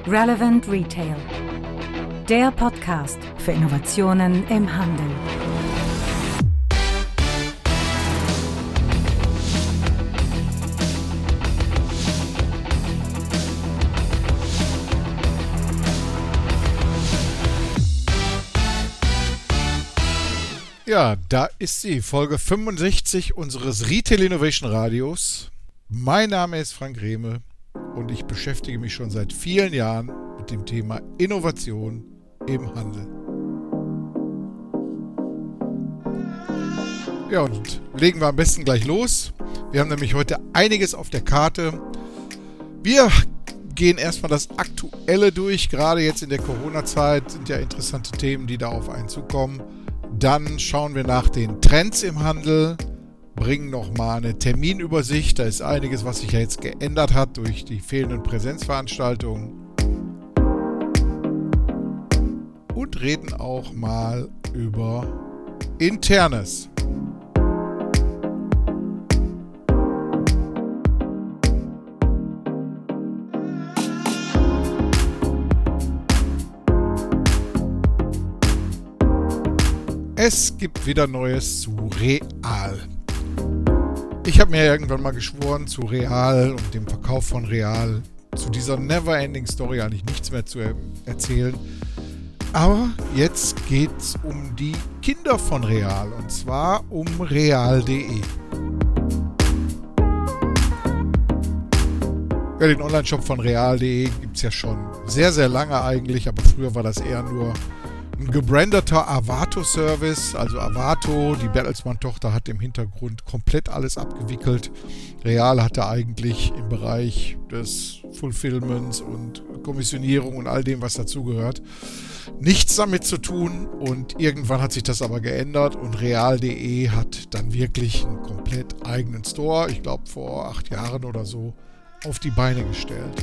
Relevant Retail, der Podcast für Innovationen im Handel. Ja, da ist sie, Folge 65 unseres Retail Innovation Radios. Mein Name ist Frank Rehme und ich beschäftige mich schon seit vielen Jahren mit dem Thema Innovation im Handel. Ja, und legen wir am besten gleich los. Wir haben nämlich heute einiges auf der Karte. Wir gehen erstmal das Aktuelle durch. Gerade jetzt in der Corona-Zeit sind ja interessante Themen, die da auf einen zukommen. Dann schauen wir nach den Trends im Handel, bringen nochmal eine Terminübersicht. Da ist einiges, was sich ja jetzt geändert hat durch die fehlenden Präsenzveranstaltungen. Und reden auch mal über Internes. Es gibt wieder Neues zu Real. Ich habe mir irgendwann mal geschworen, zu Real und dem Verkauf von Real, zu dieser Neverending Story eigentlich nichts mehr zu erzählen. Aber jetzt geht es um die Kinder von Real, und zwar um Real.de. Ja, den Online-Shop von Real.de gibt es ja schon sehr, sehr lange eigentlich, aber früher war das eher nur ein gebrandeter Avato-Service, also Avato, die Bertelsmann-Tochter, hat im Hintergrund komplett alles abgewickelt. Real hatte eigentlich im Bereich des Fulfillments und Kommissionierung und all dem, was dazugehört, nichts damit zu tun, und irgendwann hat sich das aber geändert und Real.de hat dann wirklich einen komplett eigenen Store, ich glaube vor 8 Jahren oder so, auf die Beine gestellt.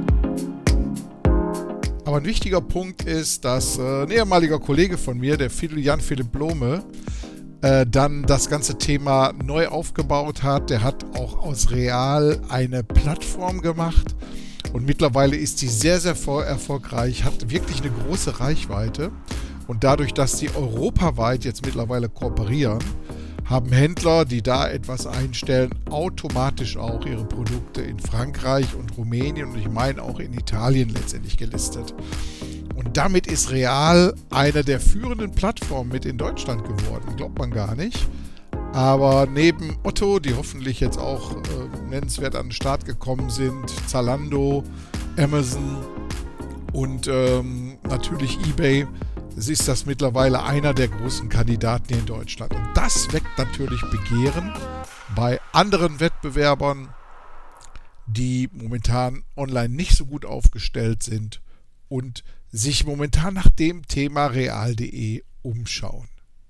Aber ein wichtiger Punkt ist, dass ein ehemaliger Kollege von mir, der Jan-Philipp Blome, dann das ganze Thema neu aufgebaut hat. Der hat auch aus Real eine Plattform gemacht und mittlerweile ist sie sehr, sehr erfolgreich, hat wirklich eine große Reichweite, und dadurch, dass sie europaweit jetzt mittlerweile kooperieren, haben Händler, die da etwas einstellen, automatisch auch ihre Produkte in Frankreich und Rumänien und ich meine auch in Italien letztendlich gelistet. Und damit ist Real eine der führenden Plattformen mit in Deutschland geworden. Glaubt man gar nicht. Aber neben Otto, die hoffentlich jetzt auch nennenswert an den Start gekommen sind, Zalando, Amazon und natürlich eBay, ist das mittlerweile einer der großen Kandidaten hier in Deutschland. Und das weckt natürlich Begehren bei anderen Wettbewerbern, die momentan online nicht so gut aufgestellt sind und sich momentan nach dem Thema Real.de umschauen.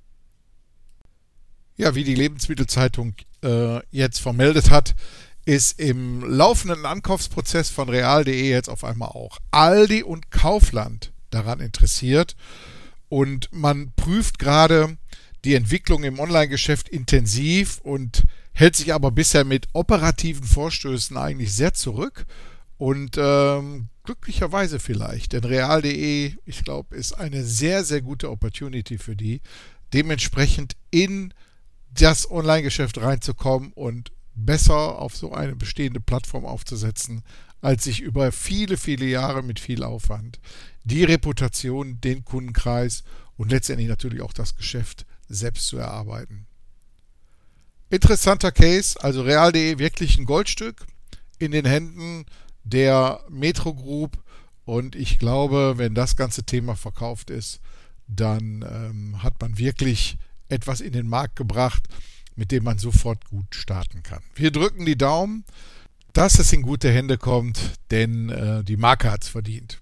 Ja, wie die Lebensmittelzeitung jetzt vermeldet hat, ist im laufenden Ankaufsprozess von Real.de jetzt auf einmal auch Aldi und Kaufland daran interessiert. Und man prüft gerade die Entwicklung im Online-Geschäft intensiv und hält sich aber bisher mit operativen Vorstößen eigentlich sehr zurück. Und glücklicherweise vielleicht, denn Real.de, ich glaube, ist eine sehr, sehr gute Opportunity für die, dementsprechend in das Online-Geschäft reinzukommen und besser auf so eine bestehende Plattform aufzusetzen, als sich über viele, viele Jahre mit viel Aufwand die Reputation, den Kundenkreis und letztendlich natürlich auch das Geschäft selbst zu erarbeiten. Interessanter Case, also Real.de wirklich ein Goldstück in den Händen der Metro Group, und ich glaube, wenn das ganze Thema verkauft ist, dann hat man wirklich etwas in den Markt gebracht, mit dem man sofort gut starten kann. Wir drücken die Daumen, dass es in gute Hände kommt, denn die Marke hat es verdient.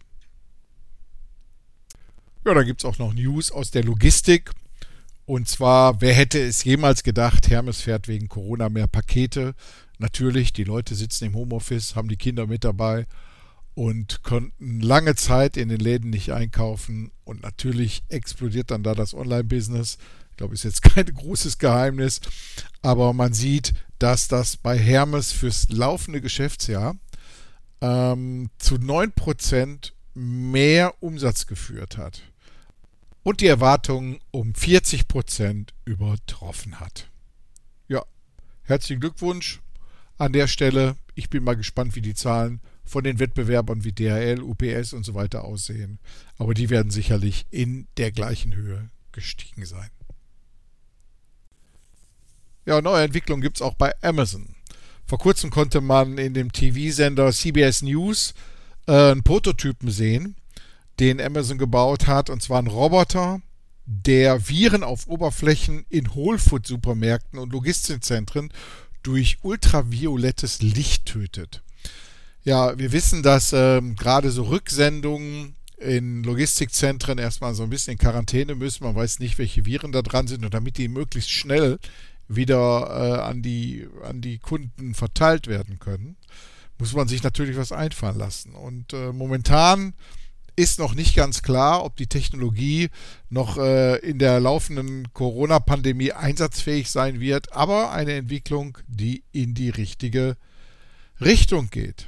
Ja, da gibt es auch noch News aus der Logistik. Und zwar, wer hätte es jemals gedacht, Hermes fährt wegen Corona mehr Pakete. Natürlich, die Leute sitzen im Homeoffice, haben die Kinder mit dabei und konnten lange Zeit in den Läden nicht einkaufen. Und natürlich explodiert dann da das Online-Business. Ich glaube, ist jetzt kein großes Geheimnis. Aber man sieht, dass das bei Hermes fürs laufende Geschäftsjahr zu 9% mehr Umsatz geführt hat und die Erwartungen um 40% übertroffen hat. Ja, herzlichen Glückwunsch an der Stelle. Ich bin mal gespannt, wie die Zahlen von den Wettbewerbern wie DHL, UPS und so weiter aussehen. Aber die werden sicherlich in der gleichen Höhe gestiegen sein. Ja, neue Entwicklungen gibt es auch bei Amazon. Vor kurzem konnte man in dem TV-Sender CBS News einen Prototypen sehen, den Amazon gebaut hat, und zwar ein Roboter, der Viren auf Oberflächen in Whole-Food-Supermärkten und Logistikzentren durch ultraviolettes Licht tötet. Ja, wir wissen, dass gerade so Rücksendungen in Logistikzentren erstmal so ein bisschen in Quarantäne müssen. Man weiß nicht, welche Viren da dran sind, und damit die möglichst schnell wieder an die Kunden verteilt werden können, muss man sich natürlich was einfallen lassen. Und momentan ist noch nicht ganz klar, ob die Technologie noch in der laufenden Corona-Pandemie einsatzfähig sein wird, aber eine Entwicklung, die in die richtige Richtung geht.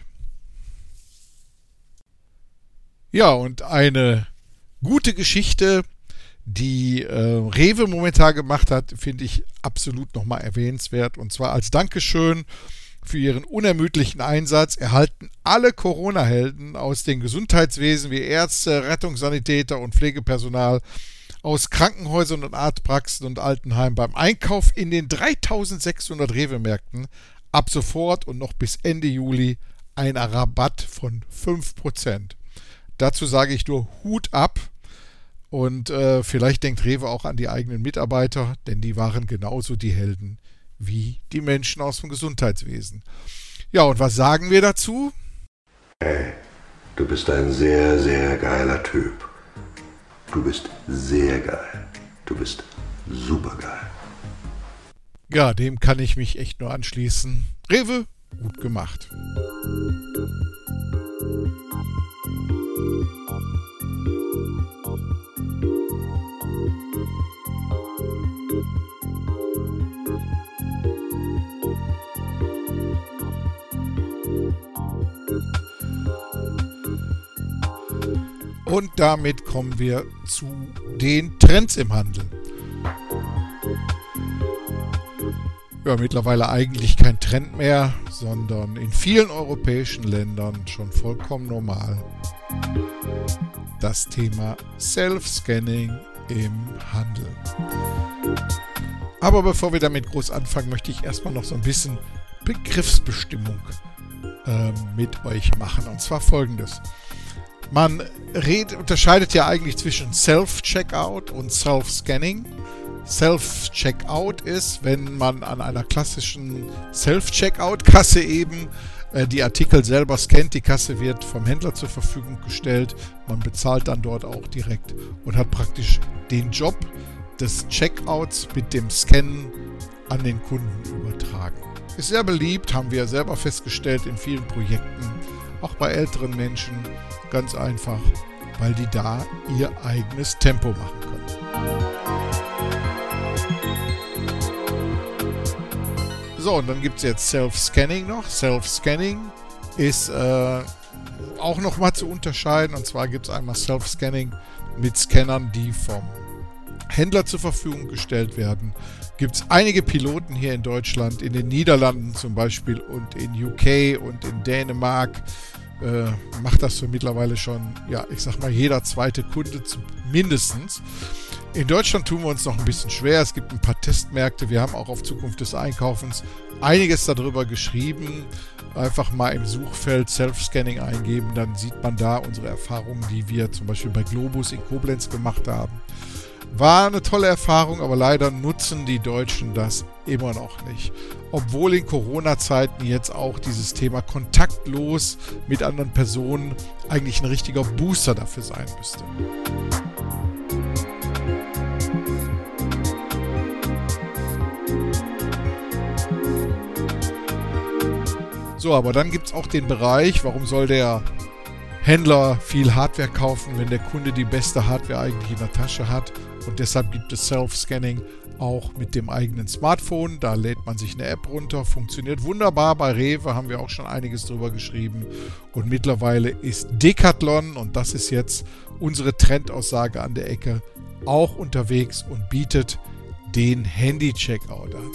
Ja, und eine gute Geschichte, die Rewe momentan gemacht hat, finde ich absolut nochmal erwähnenswert. Und zwar als Dankeschön für ihren unermüdlichen Einsatz erhalten alle Corona-Helden aus dem Gesundheitswesen wie Ärzte, Rettungssanitäter und Pflegepersonal aus Krankenhäusern und Arztpraxen und Altenheimen beim Einkauf in den 3600 Rewe-Märkten ab sofort und noch bis Ende Juli einen Rabatt von 5%. Dazu sage ich nur Hut ab. Und vielleicht denkt Rewe auch an die eigenen Mitarbeiter, denn die waren genauso die Helden wie die Menschen aus dem Gesundheitswesen. Ja, und was sagen wir dazu? Hey, du bist ein sehr, sehr geiler Typ. Du bist sehr geil. Du bist super geil. Ja, dem kann ich mich echt nur anschließen. Rewe, gut gemacht. Und damit kommen wir zu den Trends im Handel. Ja, mittlerweile eigentlich kein Trend mehr, sondern in vielen europäischen Ländern schon vollkommen normal. Das Thema Self-Scanning im Handel. Aber bevor wir damit groß anfangen, möchte ich erstmal noch so ein bisschen Begriffsbestimmung mit euch machen. Und zwar folgendes. Man unterscheidet ja eigentlich zwischen Self-Checkout und Self-Scanning. Self-Checkout ist, wenn man an einer klassischen Self-Checkout-Kasse eben die Artikel selber scannt. Die Kasse wird vom Händler zur Verfügung gestellt. Man bezahlt dann dort auch direkt und hat praktisch den Job des Checkouts mit dem Scannen an den Kunden übertragen. Ist sehr beliebt, haben wir selber festgestellt in vielen Projekten, auch bei älteren Menschen. Ganz einfach, weil die da ihr eigenes Tempo machen können. So, und dann gibt es jetzt Self-Scanning noch. Self-Scanning ist auch nochmal zu unterscheiden. Und zwar gibt es einmal Self-Scanning mit Scannern, die vom Händler zur Verfügung gestellt werden. Gibt es einige Piloten hier in Deutschland, in den Niederlanden zum Beispiel und in UK und in Dänemark. Macht das für mittlerweile schon, ja, ich sag mal, jeder zweite Kunde mindestens. In Deutschland tun wir uns noch ein bisschen schwer. Es gibt ein paar Testmärkte. Wir haben auch auf Zukunft des Einkaufens einiges darüber geschrieben. Einfach mal im Suchfeld Self-Scanning eingeben, dann sieht man da unsere Erfahrungen, die wir zum Beispiel bei Globus in Koblenz gemacht haben. War eine tolle Erfahrung, aber leider nutzen die Deutschen das immer noch nicht. Obwohl in Corona-Zeiten jetzt auch dieses Thema kontaktlos mit anderen Personen eigentlich ein richtiger Booster dafür sein müsste. So, aber dann gibt es auch den Bereich, warum soll der Händler viel Hardware kaufen, wenn der Kunde die beste Hardware eigentlich in der Tasche hat. Und deshalb gibt es Self-Scanning auch mit dem eigenen Smartphone. Da lädt man sich eine App runter, funktioniert wunderbar. Bei Rewe haben wir auch schon einiges drüber geschrieben. Und mittlerweile ist Decathlon, und das ist jetzt unsere Trendaussage an der Ecke, auch unterwegs und bietet den Handy-Checkout an.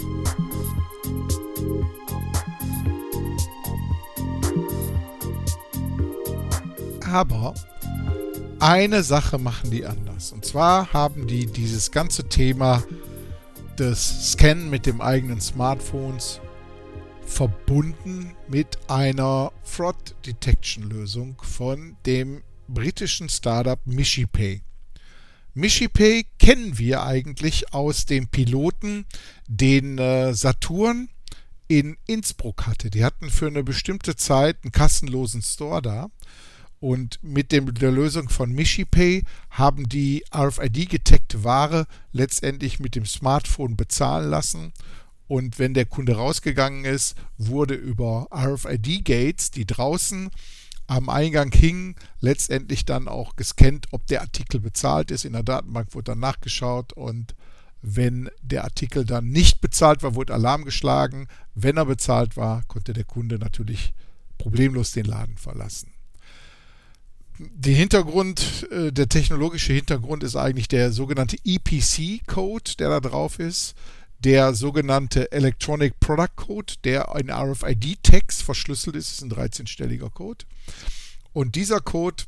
Aber eine Sache machen die anders. Und zwar haben die dieses ganze Thema des Scannen mit dem eigenen Smartphones verbunden mit einer Fraud Detection Lösung von dem britischen Startup MishiPay. MishiPay kennen wir eigentlich aus dem Piloten, den Saturn in Innsbruck hatte. Die hatten für eine bestimmte Zeit einen kassenlosen Store da. Und mit der Lösung von MishiPay haben die RFID-getaggte Ware letztendlich mit dem Smartphone bezahlen lassen. Und wenn der Kunde rausgegangen ist, wurde über RFID-Gates, die draußen am Eingang hingen, letztendlich dann auch gescannt, ob der Artikel bezahlt ist. In der Datenbank wurde dann nachgeschaut, und wenn der Artikel dann nicht bezahlt war, wurde Alarm geschlagen. Wenn er bezahlt war, konnte der Kunde natürlich problemlos den Laden verlassen. Der technologische Hintergrund ist eigentlich der sogenannte EPC-Code, der da drauf ist, der sogenannte Electronic Product Code, der in RFID-Tags verschlüsselt ist, ist ein 13-stelliger Code. Und dieser Code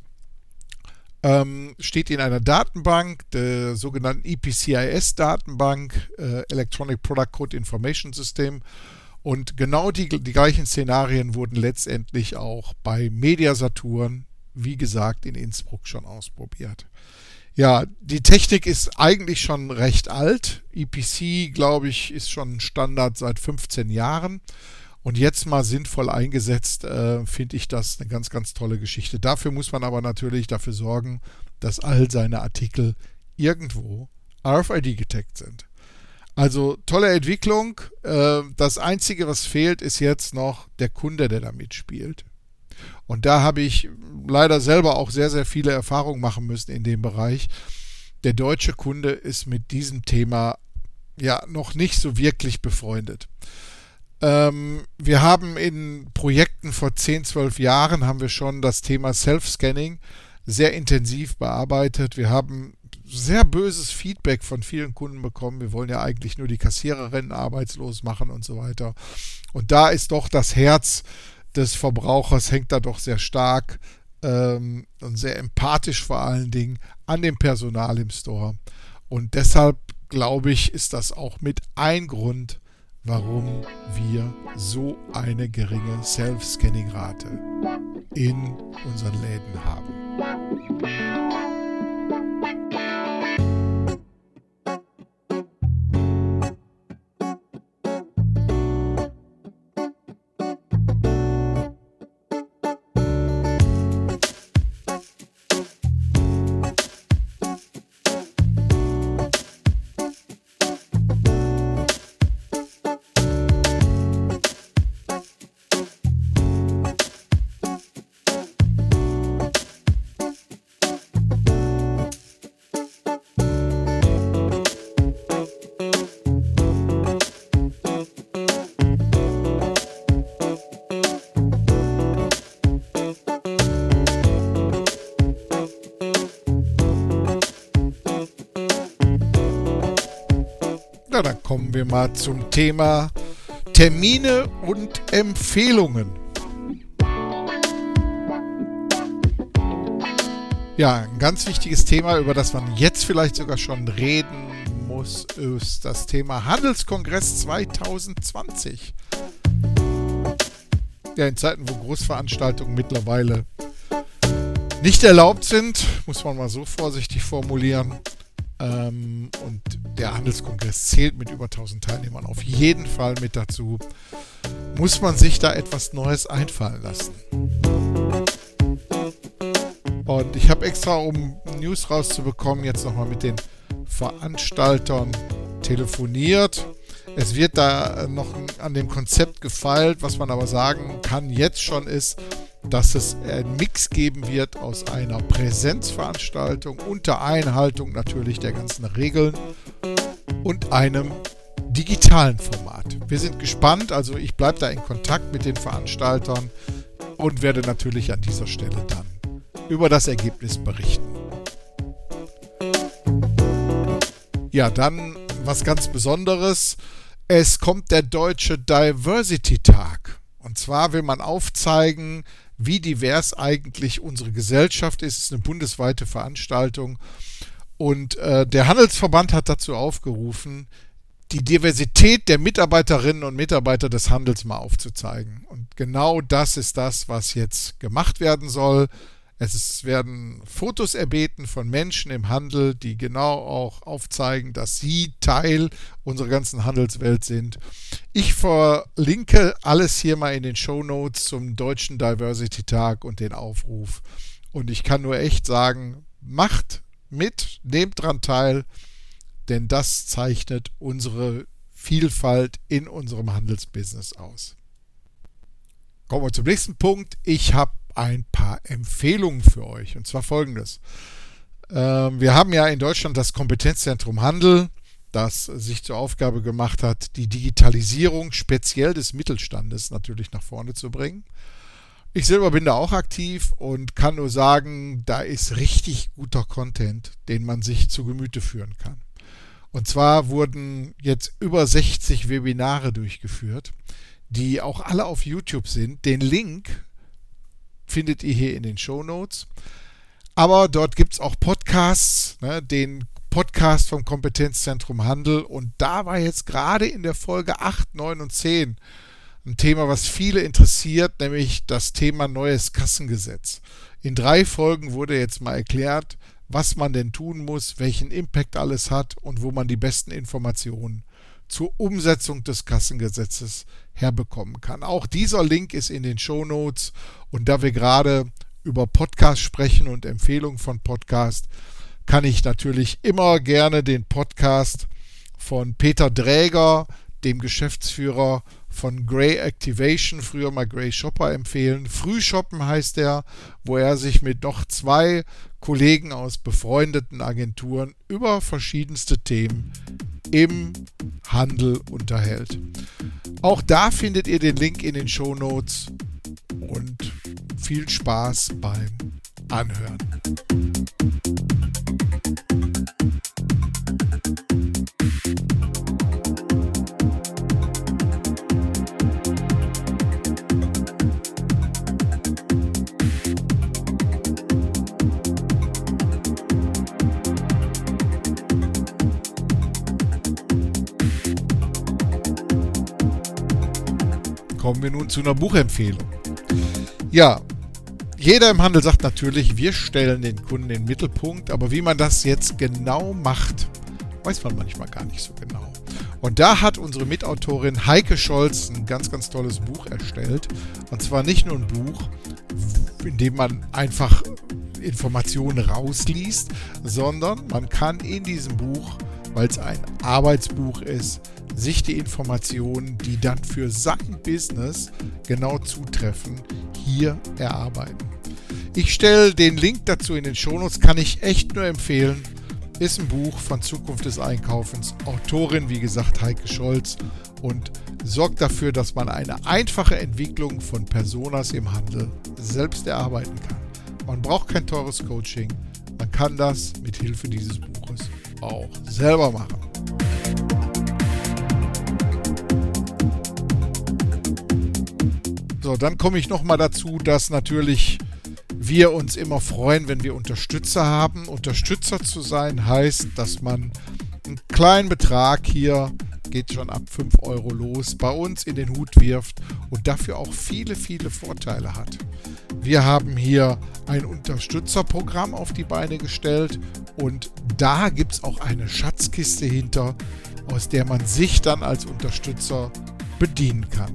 steht in einer Datenbank, der sogenannten EPCIS-Datenbank, Electronic Product Code Information System. Und genau die gleichen Szenarien wurden letztendlich auch bei Media-Saturn, wie gesagt, in Innsbruck schon ausprobiert. Ja, die Technik ist eigentlich schon recht alt. EPC, glaube ich, ist schon Standard seit 15 Jahren. Und jetzt mal sinnvoll eingesetzt, finde ich das eine ganz, ganz tolle Geschichte. Dafür muss man aber natürlich dafür sorgen, dass all seine Artikel irgendwo RFID-getaggt sind. Also tolle Entwicklung. Das Einzige, was fehlt, ist jetzt noch der Kunde, der da mitspielt. Und da habe ich leider selber auch sehr, sehr viele Erfahrungen machen müssen in dem Bereich. Der deutsche Kunde ist mit diesem Thema ja noch nicht so wirklich befreundet. Wir haben in Projekten vor 10, 12 Jahren haben wir schon das Thema Self-Scanning sehr intensiv bearbeitet. Wir haben sehr böses Feedback von vielen Kunden bekommen. Wir wollen ja eigentlich nur die Kassiererinnen arbeitslos machen und so weiter. Und da ist doch das Herz des Verbrauchers, hängt da doch sehr stark und sehr empathisch vor allen Dingen an dem Personal im Store. Und deshalb, glaube ich, ist das auch mit ein Grund, warum wir so eine geringe Self-Scanning-Rate in unseren Läden haben. Ja, dann kommen wir mal zum Thema Termine und Empfehlungen. Ja, ein ganz wichtiges Thema, über das man jetzt vielleicht sogar schon reden muss, ist das Thema Handelskongress 2020. Ja, in Zeiten, wo Großveranstaltungen mittlerweile nicht erlaubt sind, muss man mal so vorsichtig formulieren. Und der Handelskongress zählt mit über 1000 Teilnehmern auf jeden Fall mit dazu. Muss man sich da etwas Neues einfallen lassen. Und ich habe extra, um News rauszubekommen, jetzt nochmal mit den Veranstaltern telefoniert. Es wird da noch an dem Konzept gefeilt, was man aber sagen kann jetzt schon ist, dass es einen Mix geben wird aus einer Präsenzveranstaltung unter Einhaltung natürlich der ganzen Regeln und einem digitalen Format. Wir sind gespannt, also ich bleibe da in Kontakt mit den Veranstaltern und werde natürlich an dieser Stelle dann über das Ergebnis berichten. Ja, dann was ganz Besonderes. Es kommt der Deutsche Diversity-Tag. Und zwar will man aufzeigen, wie divers eigentlich unsere Gesellschaft ist. Es ist eine bundesweite Veranstaltung. Und der Handelsverband hat dazu aufgerufen, die Diversität der Mitarbeiterinnen und Mitarbeiter des Handels mal aufzuzeigen. Und genau das ist das, was jetzt gemacht werden soll. Es werden Fotos erbeten von Menschen im Handel, die genau auch aufzeigen, dass sie Teil unserer ganzen Handelswelt sind. Ich verlinke alles hier mal in den Shownotes zum Deutschen Diversity Tag und den Aufruf. Und ich kann nur echt sagen, macht mit, nehmt dran teil, denn das zeichnet unsere Vielfalt in unserem Handelsbusiness aus. Kommen wir zum nächsten Punkt. Ich habe ein paar Empfehlungen für euch, und zwar folgendes. Wir haben ja in Deutschland das Kompetenzzentrum Handel, das sich zur Aufgabe gemacht hat, die Digitalisierung speziell des Mittelstandes natürlich nach vorne zu bringen. Ich selber bin da auch aktiv und kann nur sagen, da ist richtig guter Content, den man sich zu Gemüte führen kann. Und zwar wurden jetzt über 60 Webinare durchgeführt, die auch alle auf YouTube sind. Den Link findet ihr hier in den Shownotes. Aber dort gibt es auch Podcasts, den Podcast vom Kompetenzzentrum Handel. Und da war jetzt gerade in der Folge 8, 9 und 10 ein Thema, was viele interessiert, nämlich das Thema neues Kassengesetz. In 3 Folgen wurde jetzt mal erklärt, was man denn tun muss, welchen Impact alles hat und wo man die besten Informationen zur Umsetzung des Kassengesetzes herbekommen kann. Auch dieser Link ist in den Shownotes, und da wir gerade über Podcast sprechen und Empfehlungen von Podcast, kann ich natürlich immer gerne den Podcast von Peter Dräger, dem Geschäftsführer von Grey Activation, früher mal Grey Shopper, empfehlen. Frühshoppen heißt er, wo er sich mit noch 2 Kollegen aus befreundeten Agenturen über verschiedenste Themen im Handel unterhält. Auch da findet ihr den Link in den Shownotes und viel Spaß beim Anhören. Kommen wir nun zu einer Buchempfehlung. Ja, jeder im Handel sagt natürlich, wir stellen den Kunden in den Mittelpunkt, aber wie man das jetzt genau macht, weiß man manchmal gar nicht so genau. Und da hat unsere Mitautorin Heike Scholz ein ganz, ganz tolles Buch erstellt. Und zwar nicht nur ein Buch, in dem man einfach Informationen rausliest, sondern man kann in diesem Buch, weil es ein Arbeitsbuch ist, sich die Informationen, die dann für sein Business genau zutreffen, hier erarbeiten. Ich stelle den Link dazu in den Shownotes, kann ich echt nur empfehlen. Ist ein Buch von Zukunft des Einkaufens. Autorin, wie gesagt, Heike Scholz, und sorgt dafür, dass man eine einfache Entwicklung von Personas im Handel selbst erarbeiten kann. Man braucht kein teures Coaching. Man kann das mit Hilfe dieses Buches auch selber machen. So, dann komme ich nochmal dazu, dass natürlich wir uns immer freuen, wenn wir Unterstützer haben. Unterstützer zu sein heißt, dass man einen kleinen Betrag, hier geht schon ab 5 Euro los, bei uns in den Hut wirft und dafür auch viele, viele Vorteile hat. Wir haben hier ein Unterstützerprogramm auf die Beine gestellt und da gibt es auch eine Schatzkiste hinter, aus der man sich dann als Unterstützer bedienen kann.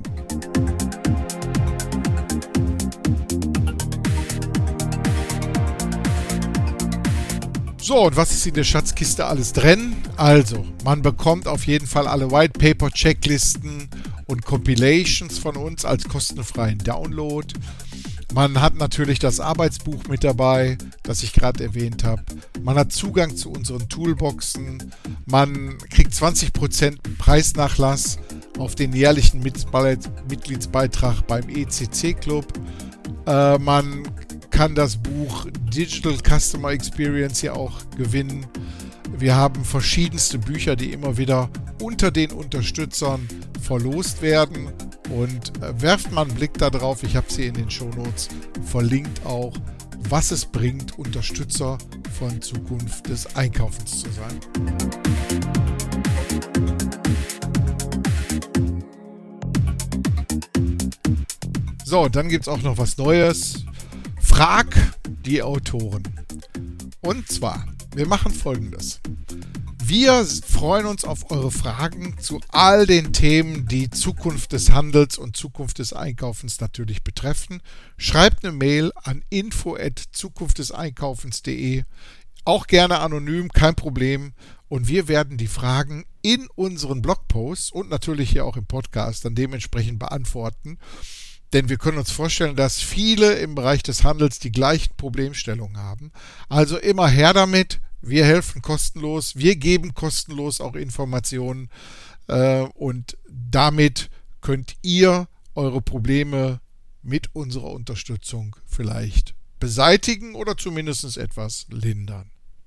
So, und was ist in der Schatzkiste alles drin? Also, man bekommt auf jeden Fall alle White Paper, Checklisten und Compilations von uns als kostenfreien Download. Man hat natürlich das Arbeitsbuch mit dabei, das ich gerade erwähnt habe. Man hat Zugang zu unseren Toolboxen. Man kriegt 20% Preisnachlass auf den jährlichen Mitgliedsbeitrag beim ECC Club. Man kann das Buch Digital Customer Experience hier auch gewinnen. Wir haben verschiedenste Bücher, die immer wieder unter den Unterstützern verlost werden. Und werft mal einen Blick da drauf, ich habe sie in den Shownotes verlinkt auch, was es bringt, Unterstützer von Zukunft des Einkaufens zu sein. So, dann gibt es auch noch was Neues. Frag die Autoren. Und zwar, wir machen Folgendes. Wir freuen uns auf eure Fragen zu all den Themen, die Zukunft des Handels und Zukunft des Einkaufens natürlich betreffen. Schreibt eine Mail an info@zukunftdeseinkaufens.de. Auch gerne anonym, kein Problem. Und wir werden die Fragen in unseren Blogposts und natürlich hier auch im Podcast dann dementsprechend beantworten. Denn wir können uns vorstellen, dass viele im Bereich des Handels die gleichen Problemstellungen haben. Also immer her damit. Wir helfen kostenlos, wir geben kostenlos auch Informationen und damit könnt ihr eure Probleme mit unserer Unterstützung vielleicht beseitigen oder zumindest etwas lindern.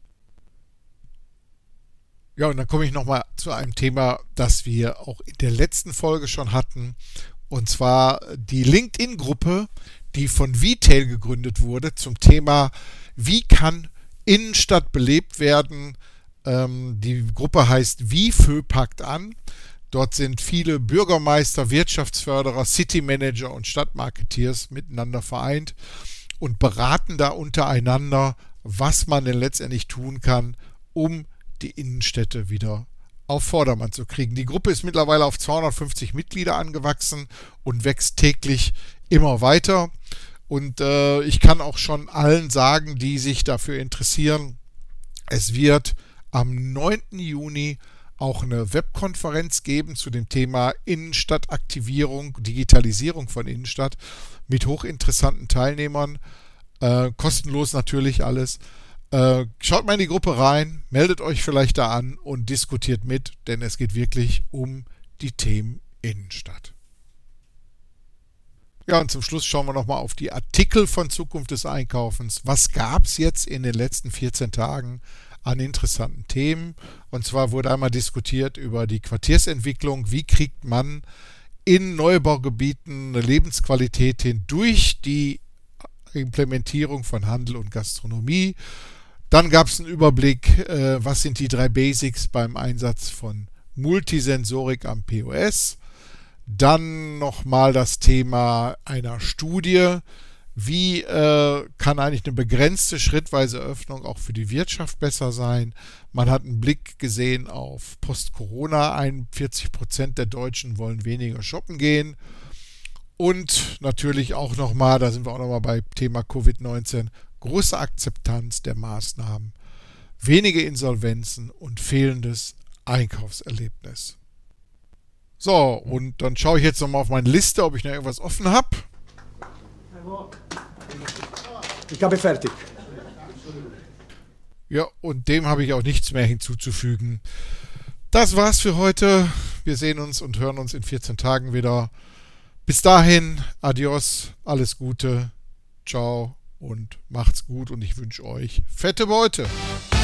Ja, und dann komme ich nochmal zu einem Thema, das wir auch in der letzten Folge schon hatten, und zwar die LinkedIn-Gruppe, die von Vitail gegründet wurde, zum Thema, wie kann Innenstadt belebt werden. Die Gruppe heißt WIFÖ packt an. Dort sind viele Bürgermeister, Wirtschaftsförderer, City-Manager und Stadtmarketeers miteinander vereint und beraten da untereinander, was man denn letztendlich tun kann, um die Innenstädte wieder auf Vordermann zu kriegen. Die Gruppe ist mittlerweile auf 250 Mitglieder angewachsen und wächst täglich immer weiter. Und ich kann auch schon allen sagen, die sich dafür interessieren, es wird am 9. Juni auch eine Webkonferenz geben zu dem Thema Innenstadtaktivierung, Digitalisierung von Innenstadt mit hochinteressanten Teilnehmern. Kostenlos natürlich alles. Schaut mal in die Gruppe rein, meldet euch vielleicht da an und diskutiert mit, denn es geht wirklich um die Themen Innenstadt. Ja, und zum Schluss schauen wir nochmal auf die Artikel von Zukunft des Einkaufens. Was gab es jetzt in den letzten 14 Tagen an interessanten Themen? Und zwar wurde einmal diskutiert über die Quartiersentwicklung. Wie kriegt man in Neubaugebieten eine Lebensqualität hin durch die Implementierung von Handel und Gastronomie? Dann gab es einen Überblick, was sind die 3 Basics beim Einsatz von Multisensorik am POS. Dann nochmal das Thema einer Studie. Wie kann eigentlich eine begrenzte schrittweise Öffnung auch für die Wirtschaft besser sein? Man hat einen Blick gesehen auf Post-Corona. 41% der Deutschen wollen weniger shoppen gehen. Und natürlich auch nochmal, da sind wir auch nochmal bei Thema Covid-19, große Akzeptanz der Maßnahmen, wenige Insolvenzen und fehlendes Einkaufserlebnis. So, und dann schaue ich jetzt nochmal auf meine Liste, ob ich noch irgendwas offen habe. Ich habe fertig. Ja, und dem habe ich auch nichts mehr hinzuzufügen. Das war's für heute. Wir sehen uns und hören uns in 14 Tagen wieder. Bis dahin, adios, alles Gute, ciao und macht's gut und ich wünsche euch fette Beute.